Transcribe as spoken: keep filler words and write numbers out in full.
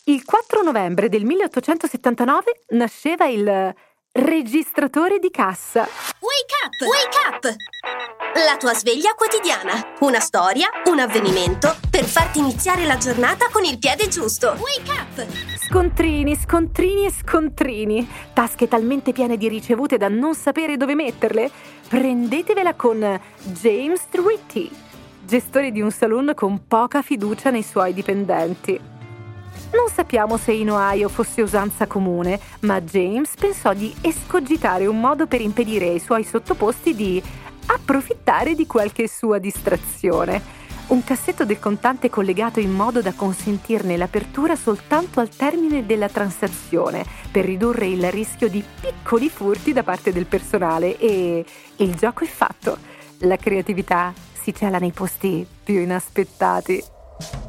Il quattro novembre del milleottocentosettantanove nasceva il registratore di cassa. Wake up! Wake up! La tua sveglia quotidiana. Una storia, un avvenimento per farti iniziare la giornata con il piede giusto. Wake up! Scontrini, scontrini e scontrini. Tasche talmente piene di ricevute da non sapere dove metterle? Prendetevela con James Ritty, gestore di un saloon con poca fiducia nei suoi dipendenti. Non sappiamo se in Ohio fosse usanza comune, ma James pensò di escogitare un modo per impedire ai suoi sottoposti di approfittare di qualche sua distrazione. Un cassetto del contante collegato in modo da consentirne l'apertura soltanto al termine della transazione, per ridurre il rischio di piccoli furti da parte del personale, e il gioco è fatto. La creatività si cela nei posti più inaspettati.